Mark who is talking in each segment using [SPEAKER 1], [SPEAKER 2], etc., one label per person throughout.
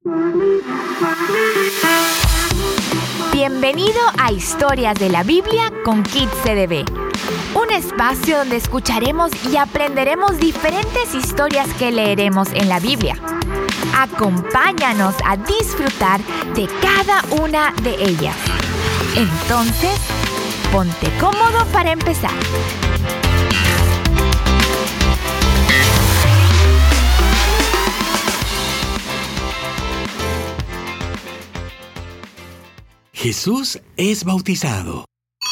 [SPEAKER 1] Bienvenido a Historias de la Biblia con Kids CDB. Un espacio donde escucharemos y aprenderemos diferentes historias que leeremos en la Biblia. Acompáñanos a disfrutar de cada una de ellas. Entonces, ponte cómodo para empezar.
[SPEAKER 2] Jesús es bautizado.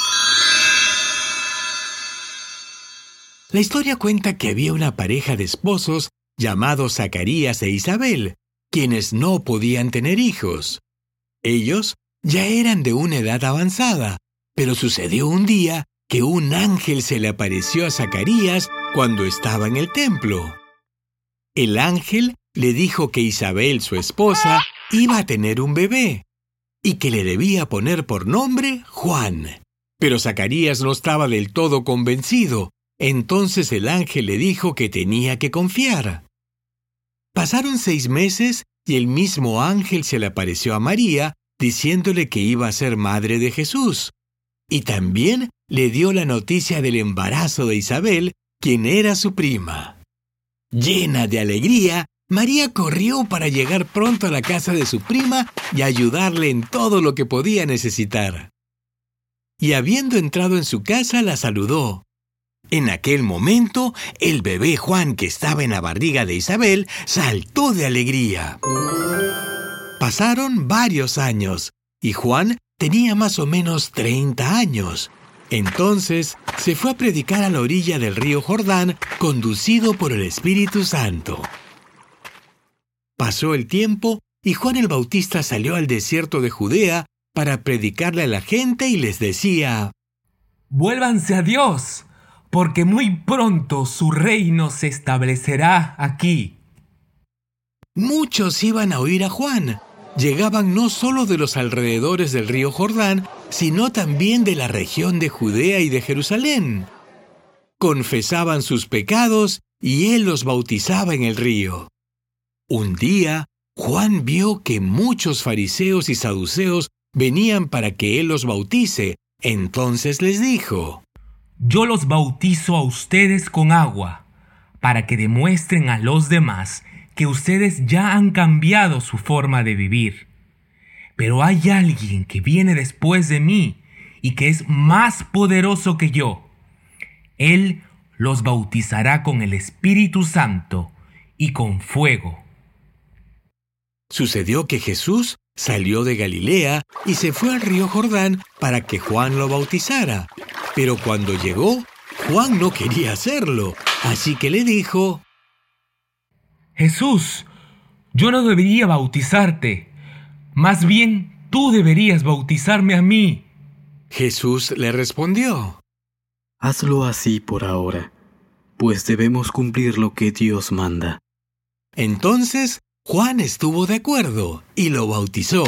[SPEAKER 2] La historia cuenta que había una pareja de esposos llamados Zacarías e Isabel, quienes no podían tener hijos. Ellos ya eran de una edad avanzada, pero sucedió un día que un ángel se le apareció a Zacarías cuando estaba en el templo. El ángel le dijo que Isabel, su esposa, iba a tener un bebé y que le debía poner por nombre Juan. Pero Zacarías no estaba del todo convencido. Entonces el ángel le dijo que tenía que confiar. Pasaron 6 meses y el mismo ángel se le apareció a María, diciéndole que iba a ser madre de Jesús. Y también le dio la noticia del embarazo de Isabel, quien era su prima. Llena de alegría, María corrió para llegar pronto a la casa de su prima y ayudarle en todo lo que podía necesitar. Y habiendo entrado en su casa, la saludó. En aquel momento, el bebé Juan, que estaba en la barriga de Isabel, saltó de alegría. Pasaron varios años, y Juan tenía más o menos 30 años. Entonces, se fue a predicar a la orilla del río Jordán, conducido por el Espíritu Santo. Pasó el tiempo, y Juan el Bautista salió al desierto de Judea para predicarle a la gente y les decía:
[SPEAKER 3] «Vuélvanse a Dios, porque muy pronto su reino se establecerá aquí».
[SPEAKER 2] Muchos iban a oír a Juan. Llegaban no solo de los alrededores del río Jordán, sino también de la región de Judea y de Jerusalén. Confesaban sus pecados y él los bautizaba en el río. Un día, Juan vio que muchos fariseos y saduceos venían para que él los bautice. Entonces les dijo:
[SPEAKER 3] «Yo los bautizo a ustedes con agua, para que demuestren a los demás que ustedes ya han cambiado su forma de vivir. Pero hay alguien que viene después de mí y que es más poderoso que yo. Él los bautizará con el Espíritu Santo y con fuego».
[SPEAKER 2] Sucedió que Jesús salió de Galilea y se fue al río Jordán para que Juan lo bautizara. Pero cuando llegó, Juan no quería hacerlo, así que le dijo:
[SPEAKER 3] «Jesús, yo no debería bautizarte. Más bien, tú deberías bautizarme a mí».
[SPEAKER 2] Jesús le respondió:
[SPEAKER 4] «Hazlo así por ahora, pues debemos cumplir lo que Dios manda».
[SPEAKER 2] Entonces, Juan estuvo de acuerdo y lo bautizó.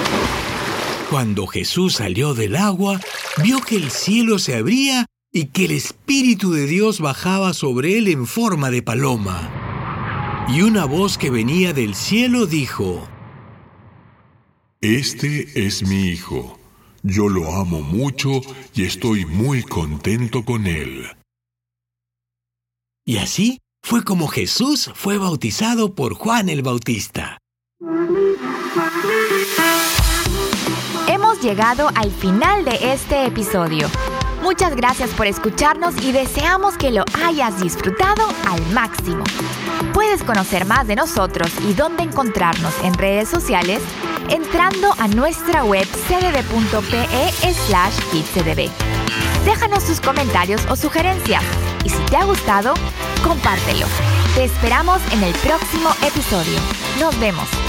[SPEAKER 2] Cuando Jesús salió del agua, vio que el cielo se abría y que el Espíritu de Dios bajaba sobre él en forma de paloma. Y una voz que venía del cielo dijo:
[SPEAKER 5] «Este es mi Hijo. Yo lo amo mucho y estoy muy contento con él».
[SPEAKER 2] Y así fue como Jesús fue bautizado por Juan el Bautista.
[SPEAKER 1] Hemos llegado al final de este episodio. Muchas gracias por escucharnos y deseamos que lo hayas disfrutado al máximo. Puedes conocer más de nosotros y dónde encontrarnos en redes sociales entrando a nuestra web cdd.pe/kidscdb. Déjanos tus comentarios o sugerencias y si te ha gustado, compártelo. Te esperamos en el próximo episodio. Nos vemos.